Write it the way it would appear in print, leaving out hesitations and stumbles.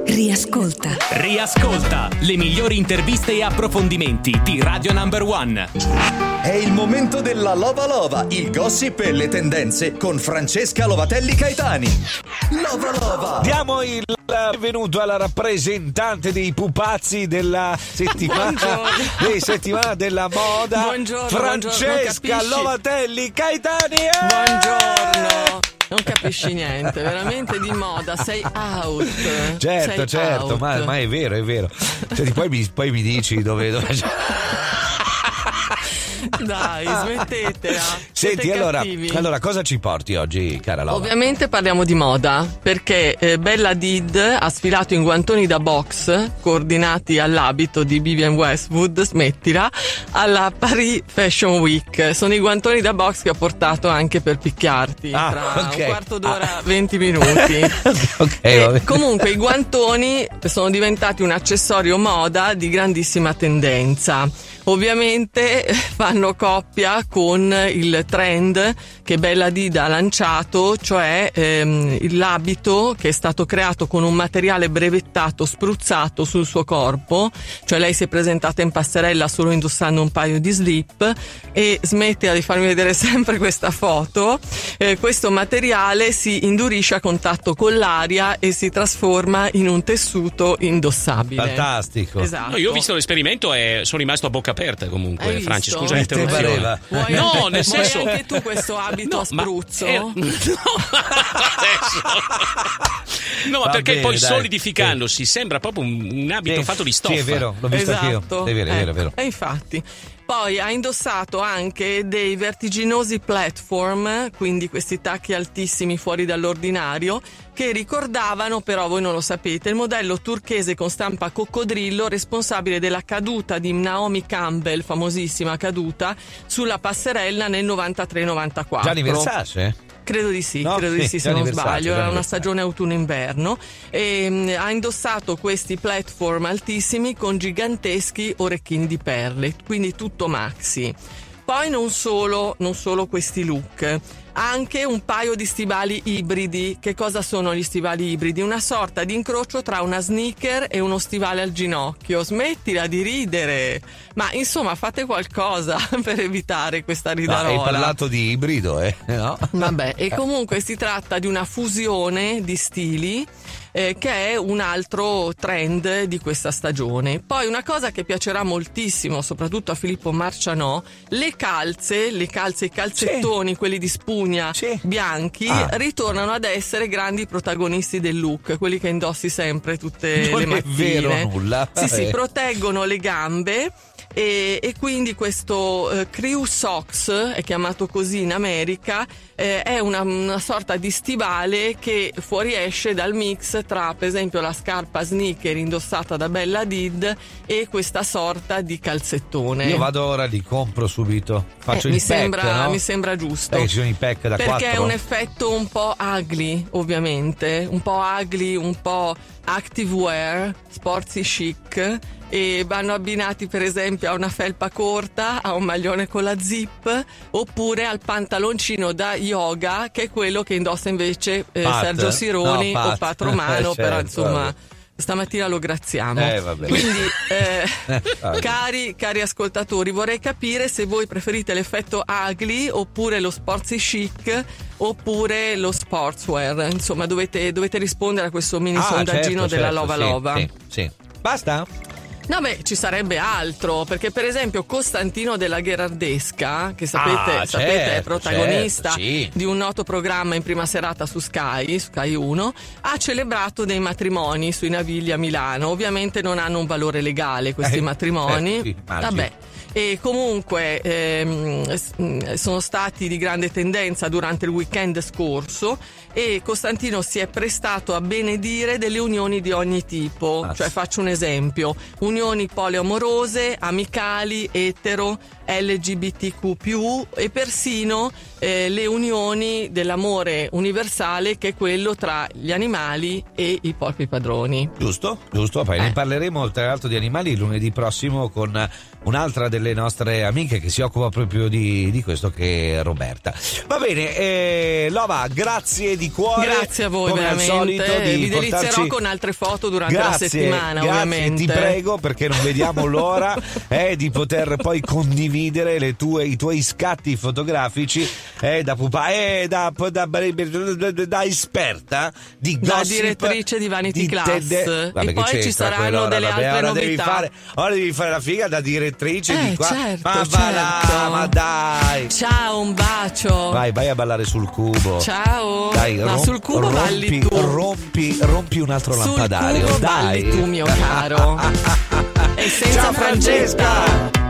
Riascolta. Riascolta le migliori interviste e approfondimenti di Radio Number One. È il momento della Lova Lova, il gossip e le tendenze con Francesca Lovatelli Caetani. Lova Lova. Diamo il benvenuto alla rappresentante dei pupazzi della settimana della moda. Buongiorno, Francesca Lovatelli Caetani. Buongiorno. Non capisci niente, veramente di moda, sei out. Certo, out. Ma è vero. Cioè, poi mi dici dove Dai, smettetela. Senti, allora cosa ci porti oggi, cara Lova? Ovviamente parliamo di moda, perché Bella Hadid ha sfilato in guantoni da box, coordinati all'abito di Vivienne Westwood, smettila, alla Paris Fashion Week. Sono i guantoni da box che ho portato anche per picchiarti tra un quarto d'ora, 20 minuti. Comunque i guantoni sono diventati un accessorio moda di grandissima tendenza. Ovviamente fanno coppia con il trend che Bella Hadid ha lanciato, cioè l'abito che è stato creato con un materiale brevettato spruzzato sul suo corpo, cioè lei si è presentata in passerella solo indossando un paio di slip, e smettila di farmi vedere sempre questa foto. Questo materiale si indurisce a contatto con l'aria e si trasforma in un tessuto indossabile. Fantastico. Esatto. No, io ho visto l'esperimento e sono rimasto a bocca aperta comunque. Franci, scusa l'interruzione. No, nel senso, vuoi anche tu questo abito a spruzzo? No, ma perché bene, poi dai, solidificandosi sembra proprio un abito fatto di stoffa. Sì, è vero, l'ho visto Esatto. anch'io. È vero. E infatti. Poi ha indossato anche dei vertiginosi platform, quindi questi tacchi altissimi fuori dall'ordinario, che ricordavano, però voi non lo sapete, il modello turchese con stampa coccodrillo responsabile della caduta di Naomi Campbell, famosissima caduta, sulla passerella nel 93-94. Gianni Versace? Credo di sì, No? se non Versace, sbaglio, era una Versace. stagione autunno-inverno, e ha indossato questi platform altissimi con giganteschi orecchini di perle, quindi tutto maxi. Poi non solo questi look, anche un paio di stivali ibridi. Che cosa sono gli stivali ibridi? Una sorta di incrocio tra una sneaker e uno stivale al ginocchio. Smettila di ridere, ma insomma fate qualcosa per evitare questa ridarola. Hai parlato di ibrido, no? Vabbè, e comunque si tratta di una fusione di stili che è un altro trend di questa stagione. Poi una cosa che piacerà moltissimo, soprattutto a Filippo Marcianò, i calzettoni, quelli di spugna bianchi, ritornano ad essere grandi protagonisti del look, quelli che indossi sempre tutte le mattine. Non è vero nulla. Sì, proteggono le gambe. E quindi questo crew socks, è chiamato così in America, è una sorta di stivale che fuoriesce dal mix tra, per esempio, la scarpa sneaker indossata da Bella Hadid e questa sorta di calzettone. Io vado ora, li compro subito. Faccio il pack, no? Mi sembra giusto. Ci sono i pack da 4. Perché è un effetto un po' ugly, ovviamente, un po' activewear, sporty chic, e vanno abbinati per esempio a una felpa corta, a un maglione con la zip, oppure al pantaloncino da yoga, che è quello che indossa invece Sergio Sironi o Pat Romano, però insomma stamattina lo graziamo. Vabbè. Quindi cari ascoltatori, vorrei capire se voi preferite l'effetto ugly oppure lo sportsy chic oppure lo sportswear. Insomma, dovete rispondere a questo mini sondaggino della Lova Lova. Sì. Basta? No, beh, ci sarebbe altro, perché per esempio Costantino della Gherardesca, che sapete è protagonista di un noto programma in prima serata su Sky 1, ha celebrato dei matrimoni sui Navigli a Milano. Ovviamente non hanno un valore legale questi matrimoni. Vabbè. E comunque sono stati di grande tendenza durante il weekend scorso, e Costantino si è prestato a benedire delle unioni di ogni tipo. Cioè, faccio un esempio: unioni poliamorose, amicali, etero, LGBTQ+, e persino le unioni dell'amore universale, che è quello tra gli animali e i propri padroni. Giusto, poi ne parleremo tra l'altro di animali lunedì prossimo con un'altra delle nostre amiche che si occupa proprio di questo, che è Roberta. Va bene, Lova, grazie di cuore. Grazie a voi, come veramente. Al solito, Vi delizierò con altre foto durante la settimana, ovviamente. Ti prego, perché non vediamo l'ora di poter poi condividere i tuoi scatti fotografici da pupa, da esperta di gossip, da direttrice di Vanity Class. E poi ci saranno delle altre novità. Ora devi fare la figa da direttrice di qua. Certo, ma va là, ma dai. Ciao, un bacio. Vai a ballare sul cubo. Ciao. Dai, sul cubo balli tu. Rompi un altro lampadario. Sul cubo dai. balli tu, mio caro. E senza Ciao Francesca.